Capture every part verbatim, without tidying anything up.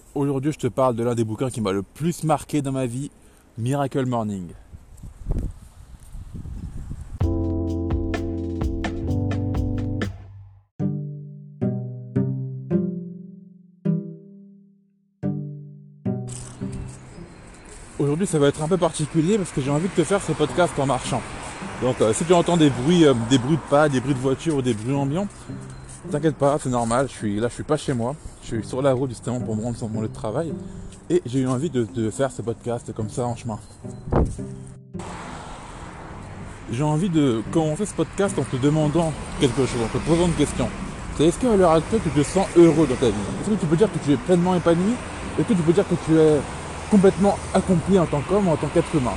Aujourd'hui, je te parle de l'un des bouquins qui m'a le plus marqué dans ma vie, Miracle Morning. Aujourd'hui, ça va être un peu particulier parce que j'ai envie de te faire ce podcast en marchant. Donc, euh, si tu entends des bruits, euh, des bruits de pas, des bruits de voiture ou des bruits ambiants, t'inquiète pas, c'est normal. Je suis là, je suis pas chez moi. Je suis sur la route justement pour me rendre sur mon lieu de travail. Et j'ai eu envie de, de faire ce podcast comme ça en chemin. J'ai envie de commencer ce podcast en te demandant quelque chose, en te posant une question. C'est est-ce qu'à l'heure actuelle, tu te sens heureux dans ta vie? Est-ce que tu peux dire que tu es pleinement épanoui? Est-ce que tu peux dire que tu es complètement accompli en tant qu'homme ou en tant qu'être humain?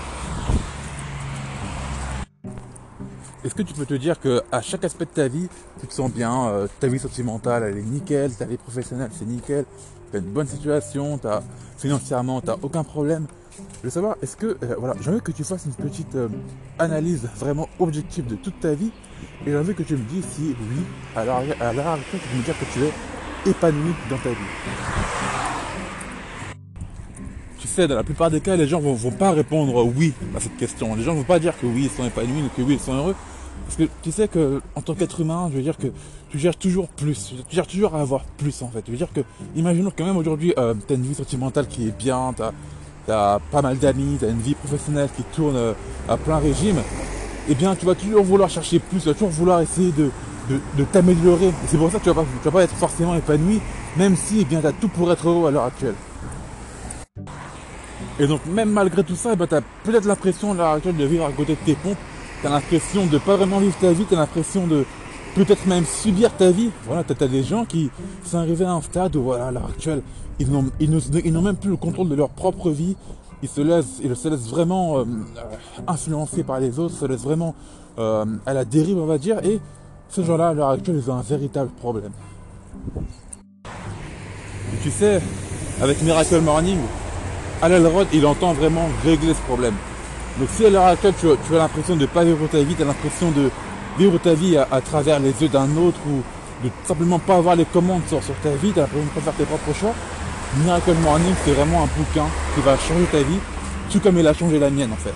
Est-ce que tu peux te dire qu'à chaque aspect de ta vie, tu te sens bien, euh, ta vie sentimentale, elle est nickel, ta vie professionnelle, c'est nickel, tu as une bonne situation, t'as, financièrement, tu n'as aucun problème? Je veux savoir, est-ce que, euh, voilà, j'ai envie que tu fasses une petite euh, analyse vraiment objective de toute ta vie, et j'ai envie que tu me dises si, oui, à l'heure à l'heure actuelle, tu peux me dire que tu es épanoui dans ta vie. Tu sais, dans la plupart des cas, les gens ne vont, vont pas répondre oui à cette question. Les gens ne vont pas dire que oui, ils sont épanouis, que oui, ils sont heureux. Parce que tu sais que en tant qu'être humain, je veux dire que tu cherches toujours plus, tu cherches toujours à avoir plus en fait. Je veux dire que, imaginons que même aujourd'hui, euh, tu as une vie sentimentale qui est bien, tu as pas mal d'amis, tu as une vie professionnelle qui tourne euh, à plein régime, eh bien tu vas toujours vouloir chercher plus, tu vas toujours vouloir essayer de, de, de t'améliorer. Et c'est pour ça que tu vas pas, tu vas pas être forcément épanoui, même si eh bien tu as tout pour être heureux à l'heure actuelle. Et donc même malgré tout ça, eh ben, tu as peut-être l'impression à l'heure actuelle de vivre à côté de tes pompes. Tu as l'impression de pas vraiment vivre ta vie, tu as l'impression de peut-être même subir ta vie. Voilà, tu as des gens qui sont arrivés à un stade où voilà, à l'heure actuelle, ils n'ont, ils, n'ont, ils n'ont même plus le contrôle de leur propre vie. Ils se laissent, ils se laissent vraiment euh, influencer par les autres, se laissent vraiment euh, à la dérive, on va dire. Et ces gens-là, à l'heure actuelle, ils ont un véritable problème. Et tu sais, avec Miracle Morning, Hal Elrod, il entend vraiment régler ce problème. Donc si à l'heure actuelle tu, tu as l'impression de ne pas vivre ta vie, tu as l'impression de vivre ta vie à, à travers les yeux d'un autre ou de simplement pas avoir les commandes sur, sur ta vie, tu as l'impression de ne pas faire tes propres choix, Miracle Morning c'est vraiment un bouquin qui va changer ta vie, tout comme il a changé la mienne en fait.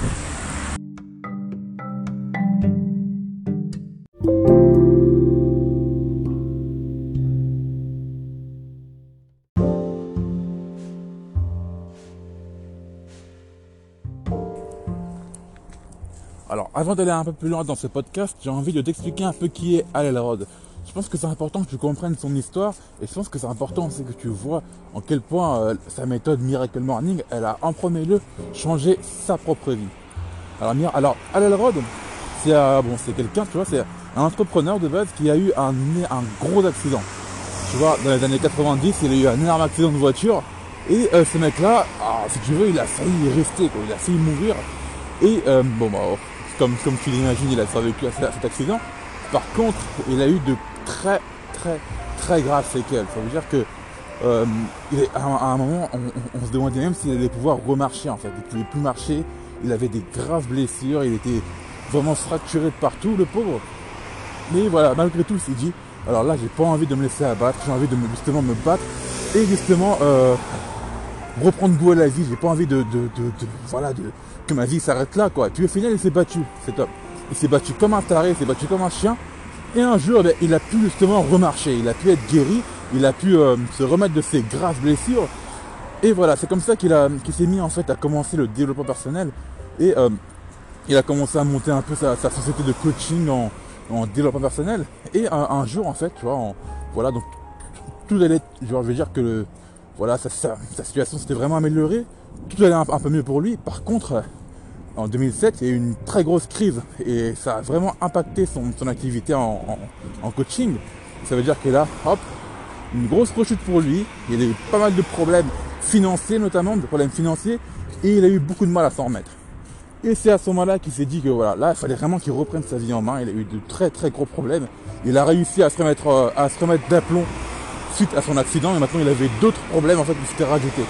Alors, avant d'aller un peu plus loin dans ce podcast, j'ai envie de t'expliquer un peu qui est Hal Elrod. Je pense que c'est important que tu comprennes son histoire et je pense que c'est important aussi que tu vois en quel point euh, sa méthode Miracle Morning, elle a en premier lieu changé sa propre vie. Alors, alors Hal Elrod, c'est euh, bon, c'est quelqu'un, tu vois, c'est un entrepreneur de base qui a eu un, un gros accident. Tu vois, dans les années quatre-vingt-dix, il a eu un énorme accident de voiture et euh, ce mec-là, ah, si tu veux, il a failli y rester, quoi, il a failli mourir. Et euh, bon bah comme, comme tu l'imagines, il a survécu à cet accident. Par contre, il a eu de très très très graves séquelles. Ça veut dire que euh, il est, à, à un moment, on, on, on se demandait même s'il allait pouvoir remarcher en fait. Il ne pouvait plus marcher, il avait des graves blessures, il était vraiment fracturé de partout, le pauvre. Mais voilà, malgré tout, il s'est dit, alors là, j'ai pas envie de me laisser abattre, j'ai envie de me, justement me battre et justement euh, reprendre goût à la vie. J'ai pas envie de, de, de, de voilà de que ma vie s'arrête là quoi. Puis au final il s'est battu, c'est top. Il s'est battu comme un taré, il s'est battu comme un chien. Et un jour, ben, il a pu justement remarcher, il a pu être guéri, il a pu euh, se remettre de ses graves blessures. Et voilà, c'est comme ça qu'il a, qu'il s'est mis en fait à commencer le développement personnel. Et euh, il a commencé à monter un peu sa, sa société de coaching en, en développement personnel. Et un, un jour en fait, tu vois, en, voilà, donc tout allait, genre, je veux dire que le, voilà, sa, sa, sa situation s'était vraiment améliorée, tout allait un, un peu mieux pour lui. Par contre, en deux mille sept, il y a eu une très grosse crise et ça a vraiment impacté son, son activité en, en, en coaching. Ça veut dire que là, hop, une grosse rechute pour lui. Il a eu pas mal de problèmes financiers notamment, de problèmes financiers, et il a eu beaucoup de mal à s'en remettre. Et c'est à ce moment-là qu'il s'est dit que voilà, là, il fallait vraiment qu'il reprenne sa vie en main. Il a eu de très très gros problèmes. Il a réussi à se remettre, à se remettre d'aplomb suite à son accident, et maintenant il avait d'autres problèmes en fait qui s'étaient rajoutés.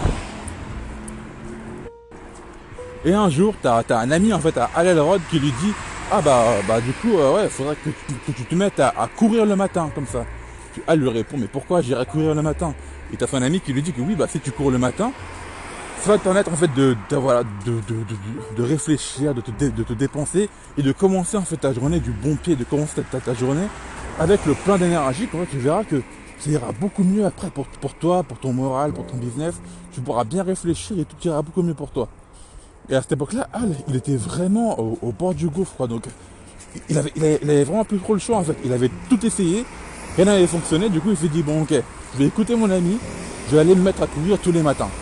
Et un jour, t'as, t'as un ami en fait à Hal Elrod qui lui dit ah bah bah du coup euh, ouais, faudrait que tu, que tu te mettes à, à courir le matin comme ça. Puis Al lui répond, mais pourquoi j'irai courir le matin? Et t'as son ami qui lui dit que oui, bah si tu cours le matin, ça va te permettre en fait de, de, voilà, de, de, de, de réfléchir, de te, dé, de te dépenser et de commencer en fait ta journée du bon pied, de commencer ta, ta, ta journée avec le plein d'énergie. Quand tu verras que ça ira beaucoup mieux après pour, pour toi, pour ton moral, pour ton business. Tu pourras bien réfléchir et tout ira beaucoup mieux pour toi. Et à cette époque-là, Al, il était vraiment au, au bord du gouffre, quoi. Donc, il avait, il, avait, il avait vraiment plus trop le choix, en fait. Il avait tout essayé, rien n'avait fonctionné. Du coup, il s'est dit, bon, ok, je vais écouter mon ami, je vais aller me mettre à courir tous les matins.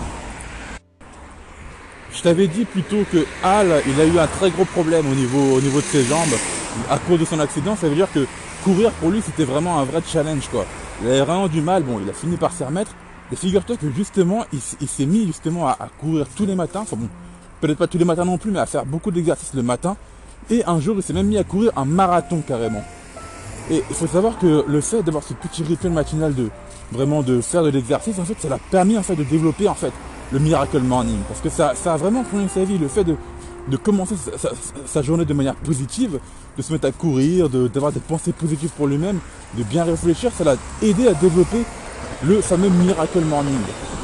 Je t'avais dit plutôt que Al, il a eu un très gros problème au niveau, au niveau de ses jambes. À cause de son accident, ça veut dire que courir pour lui, c'était vraiment un vrai challenge, quoi. Il avait vraiment du mal, bon, il a fini par s'y remettre. Et figure-toi que justement, il, il s'est mis justement à, à courir tous les matins. Enfin bon, peut-être pas tous les matins non plus, mais à faire beaucoup d'exercices le matin. Et un jour, il s'est même mis à courir un marathon carrément. Et il faut savoir que le fait d'avoir ce petit rituel matinal de vraiment de faire de l'exercice, en fait, ça l'a permis en fait de développer en fait le Miracle Morning. Parce que ça, ça a vraiment changé sa vie. Le fait de, de commencer sa, sa, sa journée de manière positive, de se mettre à courir, de, d'avoir des pensées positives pour lui-même, de bien réfléchir, ça l'a aidé à développer le fameux Miracle Morning.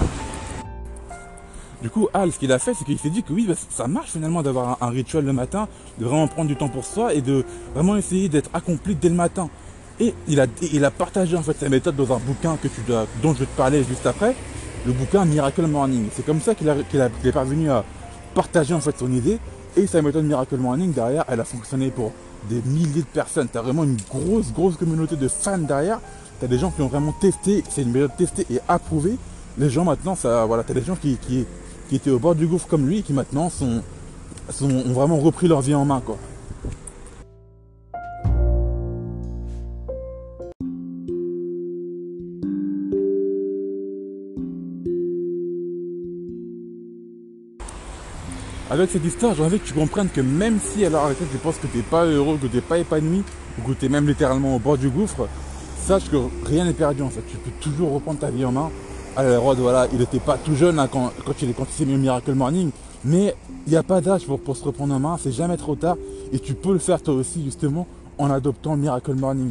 Du coup, Al, ce qu'il a fait, c'est qu'il s'est dit que oui, bah, ça marche finalement d'avoir un, un rituel le matin, de vraiment prendre du temps pour soi et de vraiment essayer d'être accompli dès le matin. Et il a, il a partagé en fait sa méthode dans un bouquin que tu dois, dont je vais te parler juste après, le bouquin Miracle Morning. C'est comme ça qu'il, a, qu'il, a, qu'il est parvenu à partager en fait son idée, et sa méthode Miracle Morning derrière, elle a fonctionné pour des milliers de personnes. Tu as vraiment une grosse, grosse communauté de fans derrière. Tu as des gens qui ont vraiment testé, c'est une méthode testée et approuvée. Les gens maintenant, ça, voilà, tu as des gens qui, qui, qui étaient au bord du gouffre comme lui, qui maintenant sont, sont, ont vraiment repris leur vie en main, quoi. Avec cette histoire, j'ai envie que tu comprennes que même si à l'heure actuelle tu penses que tu n'es pas heureux, que tu n'es pas épanoui, ou que tu es même littéralement au bord du gouffre, sache que rien n'est perdu en fait. Tu peux toujours reprendre ta vie en main. Alors voilà, il n'était pas tout jeune hein, quand, quand, il, quand il s'est mis au Miracle Morning, mais il n'y a pas d'âge pour, pour se reprendre en main, c'est jamais trop tard, et tu peux le faire toi aussi justement en adoptant le Miracle Morning.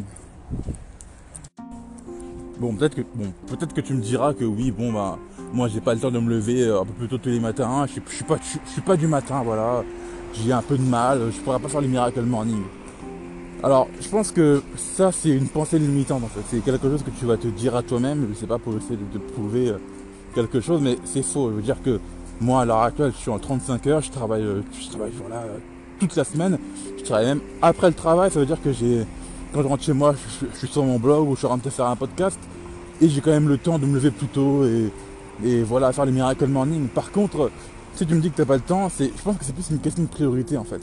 Bon, peut-être que, bon, peut-être que tu me diras que oui, bon, bah, moi, j'ai pas le temps de me lever un peu plus tôt tous les matins. Hein. Je, suis, je, suis pas, je, je suis pas du matin, voilà. J'ai un peu de mal, je pourrais pas faire le Miracle Morning. Alors, je pense que ça, c'est une pensée limitante, en fait. C'est quelque chose que tu vas te dire à toi-même, je sais pas, pour essayer de te prouver quelque chose, mais c'est faux. Je veux dire que moi, à l'heure actuelle, je suis en trente-cinq heures, je travaille, je travaille, voilà, toute la semaine. Je travaille même après le travail, ça veut dire que j'ai... Quand je rentre chez moi, je, je suis sur mon blog ou je suis en train de faire un podcast et j'ai quand même le temps de me lever plus tôt et, et voilà, faire le Miracle Morning. Par contre, si tu me dis que tu n'as pas le temps, c'est, je pense que c'est plus une question de priorité en fait.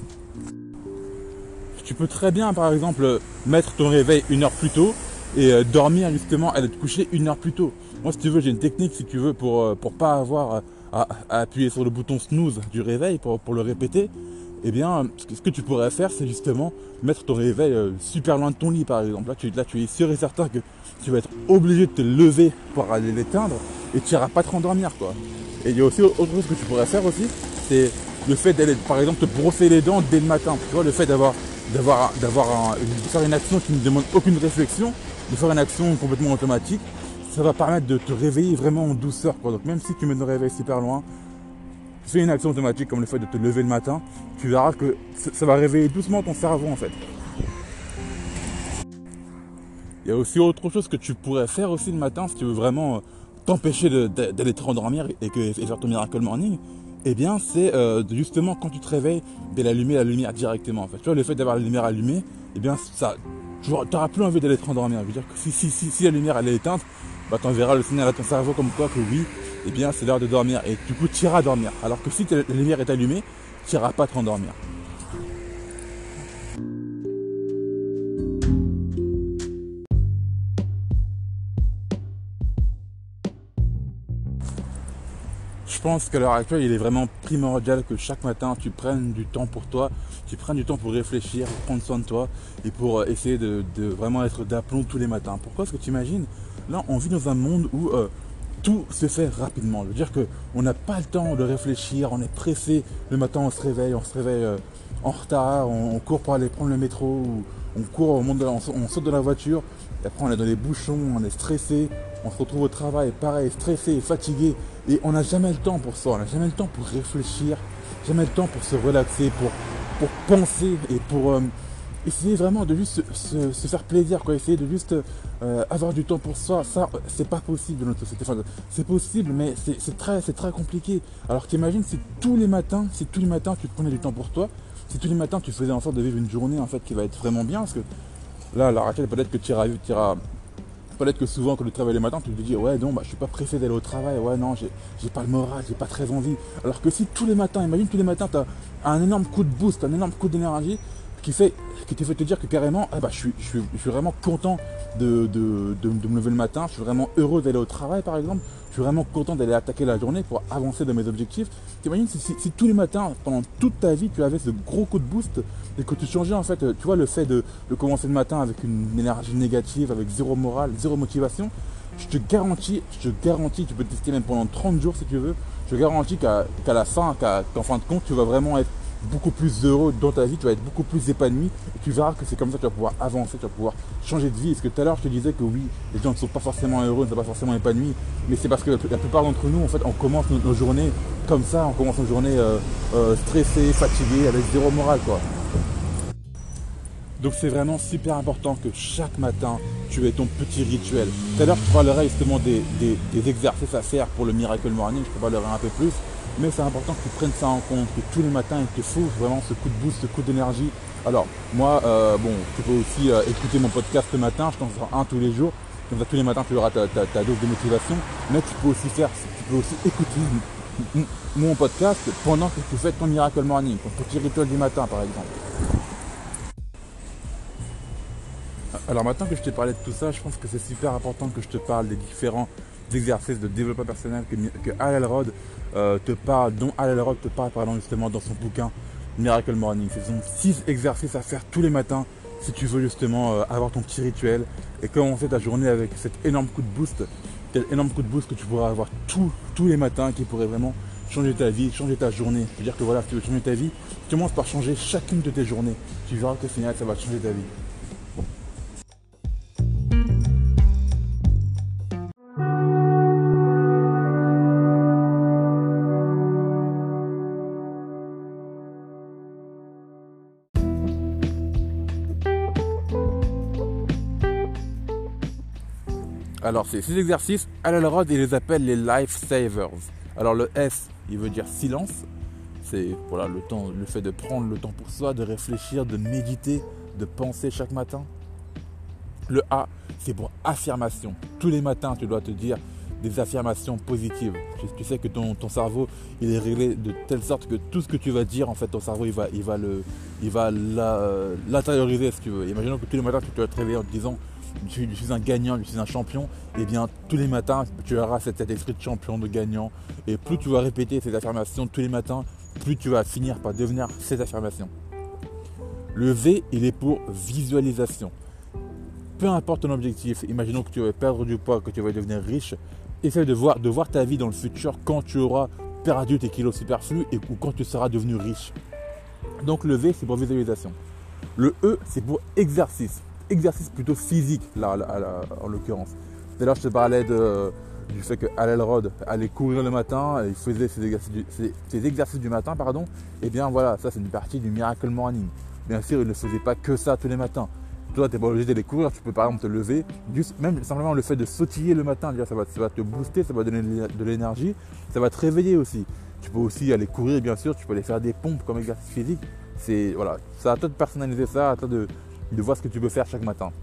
Tu peux très bien, par exemple, mettre ton réveil une heure plus tôt et euh, dormir justement, aller te coucher une heure plus tôt. Moi, si tu veux, j'ai une technique, si tu veux, pour euh, pour pas avoir à, à appuyer sur le bouton snooze du réveil pour, pour le répéter. Eh bien, ce que tu pourrais faire, c'est justement mettre ton réveil super loin de ton lit, par exemple. Là tu, là, tu es sûr et certain que tu vas être obligé de te lever pour aller l'éteindre et tu n'iras pas te rendormir, quoi. Et il y a aussi autre chose que tu pourrais faire aussi, c'est le fait d'aller, par exemple, te brosser les dents dès le matin. Tu vois, le fait d'avoir, d'avoir, d'avoir un, de faire une action qui ne demande aucune réflexion, de faire une action complètement automatique, ça va permettre de te réveiller vraiment en douceur, quoi. Donc même si tu mets ton réveil super loin, fais une action automatique comme le fait de te lever le matin, tu verras que ça va réveiller doucement ton cerveau en fait. Il y a aussi autre chose que tu pourrais faire aussi le matin si tu veux vraiment t'empêcher de, de, d'aller te rendormir et, que, et faire ton Miracle Morning. Eh bien c'est euh, justement quand tu te réveilles, d'allumer la lumière directement en fait. Tu vois, le fait d'avoir la lumière allumée, eh bien ça, tu n'auras plus envie d'aller te rendormir. Je veux dire que si, si, si, si la lumière elle est éteinte, bah, tu enverras le signal à ton cerveau comme quoi que oui, eh bien c'est l'heure de dormir et du coup tu iras dormir. Alors que si la lumière est allumée, tu n'iras pas te rendormir. Je pense qu'à l'heure actuelle, il est vraiment primordial que chaque matin tu prennes du temps pour toi, tu prennes du temps pour réfléchir, pour prendre soin de toi et pour essayer de, de vraiment être d'aplomb tous les matins. Pourquoi? Parce que tu imagines, là on vit dans un monde où euh, tout se fait rapidement. Je veux dire qu'on n'a pas le temps de réfléchir, on est pressé. Le matin, on se réveille, on se réveille, euh, en retard, on, on court pour aller prendre le métro, ou on court, on, monte de la- on, on saute de la voiture, et après on est dans les bouchons, on est stressé, on se retrouve au travail, pareil, stressé, fatigué, et on n'a jamais le temps pour ça, on n'a jamais le temps pour réfléchir, jamais le temps pour se relaxer, pour, pour penser et pour euh, essayer vraiment de juste se, se- se faire plaisir, quoi, essayer de juste euh, avoir du temps pour soi. Ça, euh, c'est pas possible dans notre société. Enfin, c'est possible, mais c'est c'est très, c'est très compliqué. Alors qu'imagine si tous les matins, si tous les matins tu te prenais du temps pour toi, si tous les matins tu faisais en sorte de vivre une journée en fait qui va être vraiment bien, parce que là, la Rachel, peut-être que tu iras, tu iras peut-être que souvent quand tu travailles le matin, tu te dis ouais non bah je suis pas pressé d'aller au travail, ouais non j'ai j'ai pas le moral, j'ai pas très envie. Alors que si tous les matins, imagine tous les matins tu as un énorme coup de boost, un énorme coup d'énergie qui fait qui te fait te dire que carrément ah bah je suis, je suis, je suis vraiment content de, de, de, de me lever le matin, je suis vraiment heureux d'aller au travail par exemple, je suis vraiment content d'aller attaquer la journée pour avancer dans mes objectifs. T'imagines si, si, si tous les matins, pendant toute ta vie, tu avais ce gros coup de boost et que tu changeais en fait, tu vois le fait de, de commencer le matin avec une énergie négative, avec zéro morale, zéro motivation, je te garantis, je te garantis, tu peux tester même pendant trente jours si tu veux, je te garantis qu'à qu'à la fin, qu'à- qu'en fin de compte, tu vas vraiment être beaucoup plus heureux dans ta vie, tu vas être beaucoup plus épanoui et tu verras que c'est comme ça que tu vas pouvoir avancer, tu vas pouvoir changer de vie. Parce que tout à l'heure je te disais que oui, les gens ne sont pas forcément heureux, ne sont pas forcément épanouis, mais c'est parce que la plupart d'entre nous, en fait, on commence nos, nos journées comme ça, on commence nos journées euh, euh, stressés, fatigués, avec zéro morale, quoi. Donc c'est vraiment super important que chaque matin, tu aies ton petit rituel. Tout à l'heure, je te parlerai justement des, des- des exercices à faire pour le Miracle Morning, je te parlerai un peu plus. Mais c'est important que tu prennes ça en compte, que tous les matins, il te faut vraiment ce coup de boost, ce coup d'énergie. Alors, moi, euh, bon, tu peux aussi euh, écouter mon podcast le matin, je t'en ferai un tous les jours. Comme ça, tous les matins, tu auras ta, ta- ta dose de motivation. Mais tu peux aussi faire, tu peux aussi écouter m- m- mon podcast pendant que tu fais ton Miracle Morning, ton petit rituel du matin, par exemple. Alors maintenant que je t'ai parlé de tout ça, je pense que c'est super important que je te parle des différents exercices de développement personnel que, que Hal Elrod euh, te parle, dont Hal Elrod te parle pardon, justement dans son bouquin Miracle Morning. Ce sont six exercices à faire tous les matins si tu veux justement euh, avoir ton petit rituel et commencer ta journée avec cet énorme coup de boost, quel énorme coup de boost que tu pourras avoir tous tous les matins qui pourrait vraiment changer ta vie, changer ta journée. Je veux dire que voilà, si tu veux changer ta vie, tu commences par changer chacune de tes journées. Tu verras que final, ça va changer ta vie. Alors, ces, ces exercices, Al Elrod, il les appelle les life savers. Alors, le S, il veut dire silence. C'est voilà, le, temps, le fait de prendre le temps pour soi, de réfléchir, de méditer, de penser chaque matin. Le A, c'est pour affirmation. Tous les matins, tu dois te dire des affirmations positives. Tu, tu sais que ton, ton cerveau, il est réglé de telle sorte que tout ce que tu vas dire, en fait, ton cerveau, il va, il va, le, il va la- l'intérioriser, si tu veux. Imaginons que tous les matins, tu dois te réveiller en te disant je suis, je suis un gagnant, je suis un champion. Et bien, tous les matins, tu auras cet, cet esprit de champion, de gagnant. Et plus tu vas répéter ces affirmations tous les matins, plus tu vas finir par devenir ces affirmations. Le V, il est pour visualisation. Peu importe ton objectif, imaginons que tu veux perdre du poids, que tu veux devenir riche, essaie de voir, de voir ta vie dans le futur quand tu auras perdu tes kilos superflus et, ou quand tu seras devenu riche. Donc le V, c'est pour visualisation. Le E, c'est pour exercice. Exercice plutôt physique, là, là, là, en l'occurrence. Tout à l'heure, je te parlais de, du fait que Hal Elrod allait courir le matin, et il faisait ses exercices, du, ses, ses exercices du matin, pardon. Et bien voilà, ça c'est une partie du Miracle Morning. Bien sûr, il ne faisait pas que ça tous les matins. Toi, tu n'es pas obligé d'aller courir, tu peux par exemple te lever, juste, même simplement le fait de sautiller le matin, ça va, ça va te booster, ça va donner de l'énergie, ça va te réveiller aussi. Tu peux aussi aller courir, bien sûr, tu peux aller faire des pompes comme exercice physique. C'est, voilà, c'est à toi de personnaliser ça, à toi de, de voir ce que tu peux faire chaque matin.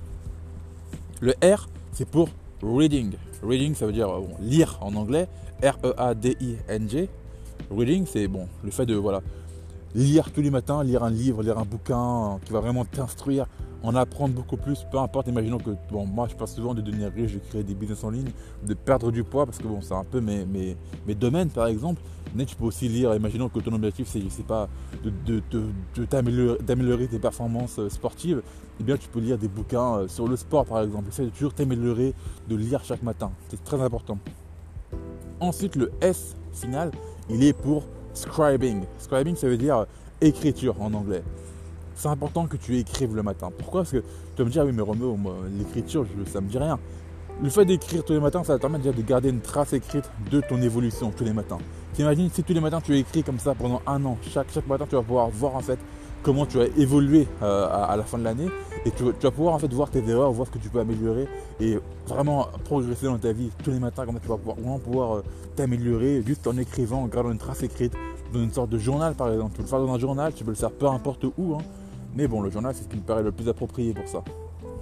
Le R, c'est pour reading. Reading, ça veut dire bon, lire en anglais, R E A D I N G. Reading, c'est bon, le fait de voilà, lire tous les matins, lire un livre, lire un bouquin qui va vraiment t'instruire, en apprendre beaucoup plus, peu importe. Imaginons que, bon, moi je parle souvent de devenir riche, de créer des business en ligne, de perdre du poids, parce que bon, c'est un peu mes, mes, mes domaines par exemple. Mais tu peux aussi lire, imaginons que ton objectif c'est, je sais pas, de, de, de, de t'améliorer, d'améliorer tes performances sportives, eh bien tu peux lire des bouquins sur le sport par exemple. Essaye de toujours t'améliorer, de lire chaque matin, c'est très important. Ensuite, le S final, il est pour scribing. Scribing, ça veut dire écriture en anglais. C'est important que tu écrives le matin. Pourquoi? Parce que tu vas me dire, oui mais Roméo, moi, l'écriture, je, ça me dit rien. Le fait d'écrire tous les matins, ça va te permettre déjà de garder une trace écrite de ton évolution tous les matins. T'imagines si tous les matins tu écris comme ça pendant un an, chaque, chaque matin tu vas pouvoir voir en fait comment tu as évolué euh, à, à la fin de l'année et tu, tu vas pouvoir en fait voir tes erreurs, voir ce que tu peux améliorer et vraiment progresser dans ta vie tous les matins. Comme ça tu vas pouvoir, vraiment pouvoir euh, t'améliorer juste en écrivant, en gardant une trace écrite dans une sorte de journal par exemple. Tu peux le faire dans un journal, tu peux le faire peu importe où, hein. Mais bon, le journal c'est ce qui me paraît le plus approprié pour ça.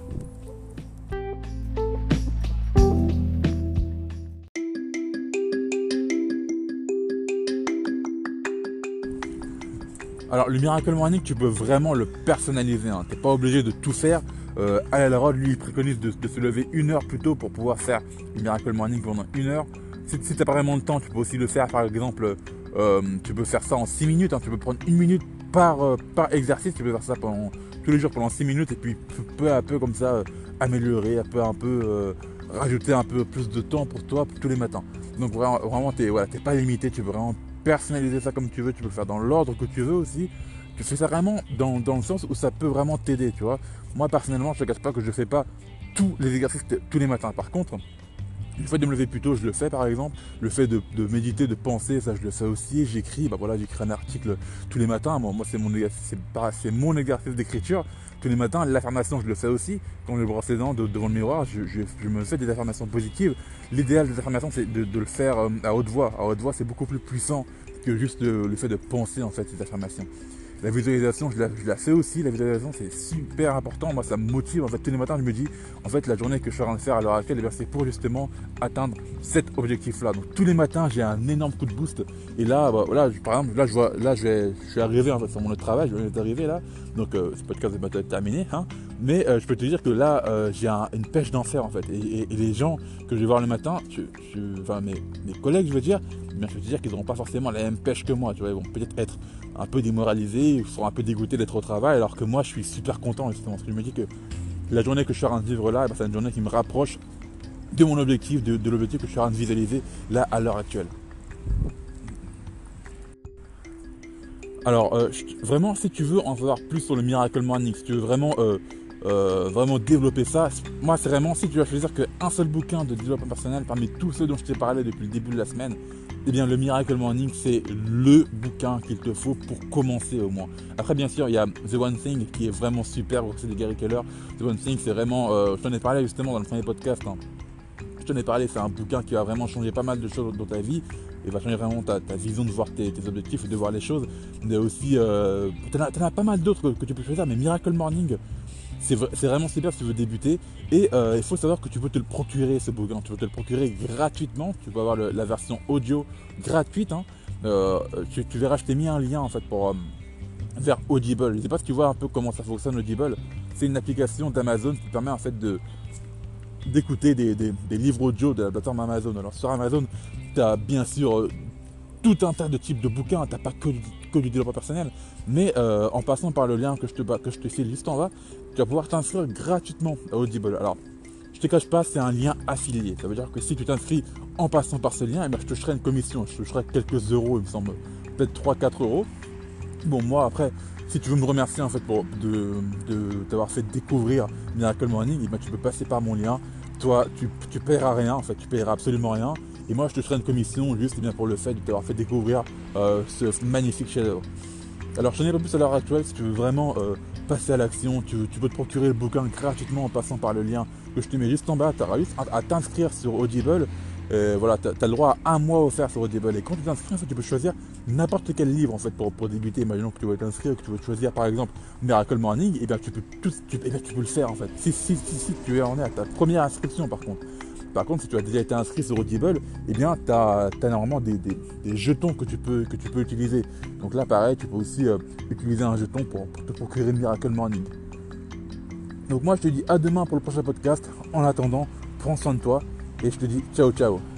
Alors le Miracle Morning, tu peux vraiment le personnaliser, hein. Tu n'es pas obligé de tout faire. Euh, Al Elrod, lui, il préconise de, de se lever une heure plus tôt pour pouvoir faire le Miracle Morning pendant une heure. Si, si tu n'as pas vraiment le temps, tu peux aussi le faire, par exemple, euh, tu peux faire ça en six minutes, hein. Tu peux prendre une minute par, euh, par exercice, tu peux faire ça pendant, tous les jours pendant six minutes et puis peu à peu comme ça, euh, améliorer, peu à peu, euh, rajouter un peu plus de temps pour toi pour tous les matins. Donc vraiment, vraiment tu n'es voilà, t'es pas limité, tu peux vraiment personnaliser ça comme tu veux, tu peux le faire dans l'ordre que tu veux aussi. Tu fais ça vraiment dans, dans le sens où ça peut vraiment t'aider, tu vois. Moi personnellement, je ne te cache pas que je ne fais pas tous les exercices t- tous les matins. Par contre, le fait de me lever plus tôt, je le fais par exemple. Le fait de, de méditer, de penser, ça je le fais aussi. J'écris, bah voilà, j'écris un article tous les matins. Moi, moi c'est mon, c'est, c'est mon exercice d'écriture. Tous les matins, l'affirmation, je le fais aussi. Quand je me brosse les dents de, devant le miroir, je, je, je me fais des affirmations positives. L'idéal des affirmations, c'est de, de le faire euh, à haute voix. À haute voix, c'est beaucoup plus puissant que juste le, le fait de penser en fait ces affirmations. La visualisation, je la, je la fais aussi. La visualisation, c'est super important. Moi, ça me motive. En fait, tous les matins, je me dis, en fait, la journée que je suis en train de faire à l'heure actuelle, c'est pour justement atteindre cet objectif-là. Donc, tous les matins, j'ai un énorme coup de boost. Et là, bah, là je, par exemple, là, je vois, là, je, vais, je suis arrivé en fait sur mon autre travail. Je viens d'arriver là. Donc, euh, ce podcast est pas terminé, hein. Mais euh, je peux te dire que là, euh, j'ai un, une pêche d'enfer en fait. Et, et, et les gens que je vais voir le matin, je, je, enfin mes, mes collègues, je veux dire, eh bien, je veux te dire qu'ils n'auront pas forcément la même pêche que moi. Tu vois, ils vont peut-être être un peu démoralisés, ils seront un peu dégoûtés d'être au travail, alors que moi, je suis super content justement. Parce que je me dis que la journée que je suis en train de vivre là, eh bien, c'est une journée qui me rapproche de mon objectif, de, de l'objectif que je suis en train de visualiser là à l'heure actuelle. Alors, euh, je, vraiment, si tu veux en savoir plus sur le Miracle Morning, si tu veux vraiment, euh, euh, vraiment développer ça, moi, c'est vraiment, si tu vas choisir qu'un seul bouquin de développement personnel parmi tous ceux dont je t'ai parlé depuis le début de la semaine, eh bien, le Miracle Morning, c'est le bouquin qu'il te faut pour commencer au moins. Après, bien sûr, il y a The One Thing qui est vraiment super, c'est de Gary Keller. The One Thing, c'est vraiment, euh, je t'en ai parlé justement dans le premier podcast, hein. Je t'en ai parlé, c'est un bouquin qui va vraiment changer pas mal de choses dans ta vie et va changer vraiment ta, ta vision de voir tes, tes objectifs et de voir les choses. Mais aussi, euh, t'en as, t'en as pas mal d'autres que, que tu peux choisir, mais Miracle Morning, c'est, c'est vraiment super si tu veux débuter. Et euh, il faut savoir que tu peux te le procurer, ce bouquin. Tu peux te le procurer gratuitement. Tu peux avoir le, la version audio gratuite, hein. Euh, tu, tu verras, je t'ai mis un lien en fait pour, euh, vers Audible. Je ne sais pas si tu vois un peu comment ça fonctionne Audible. C'est une application d'Amazon qui permet en fait de d'écouter des, des, des livres audio de la plateforme Amazon. Alors sur Amazon, tu as bien sûr euh, tout un tas de types de bouquins, tu n'as pas que du, que du développement personnel, mais euh, en passant par le lien que je te, que je te file juste en bas, tu vas pouvoir t'inscrire gratuitement à Audible. Alors, je te cache pas, c'est un lien affilié. Ça veut dire que si tu t'inscris en passant par ce lien, eh bien, je te toucherai une commission, je te toucherai quelques euros, il me semble, peut-être trois à quatre euros. Bon, moi après, si tu veux me remercier en fait pour de, de t'avoir fait découvrir Miracle Morning, eh bien, tu peux passer par mon lien. Toi, tu, tu paieras rien, en fait, tu paieras absolument rien. Et moi, je te ferai une commission juste eh bien, pour le fait de t'avoir fait découvrir euh, ce magnifique chef-d'œuvre. Alors, je n'en ai pas plus à l'heure actuelle. Si tu veux vraiment euh, passer à l'action, tu, tu peux te procurer le bouquin gratuitement en passant par le lien que je te mets juste en bas. Tu auras juste à, à t'inscrire sur Audible. Et voilà, tu as le droit à un mois offert sur Audible. Et quand tu t'inscris, en fait, tu peux choisir n'importe quel livre en fait, pour, pour débuter. Imaginons que tu veux t'inscrire, que tu veux choisir par exemple Miracle Morning, et bien tu peux, tout, tu, et bien, tu peux le faire en fait. Si, si, si, si tu en es à ta première inscription par contre. Par contre, si tu as déjà été inscrit sur Audible, eh bien, tu as, as normalement des, des, des jetons que tu, peux, que tu peux utiliser. Donc là, pareil, tu peux aussi euh, utiliser un jeton pour, pour te procurer Miracle Morning. Donc moi, je te dis à demain pour le prochain podcast. En attendant, prends soin de toi et je te dis ciao, ciao.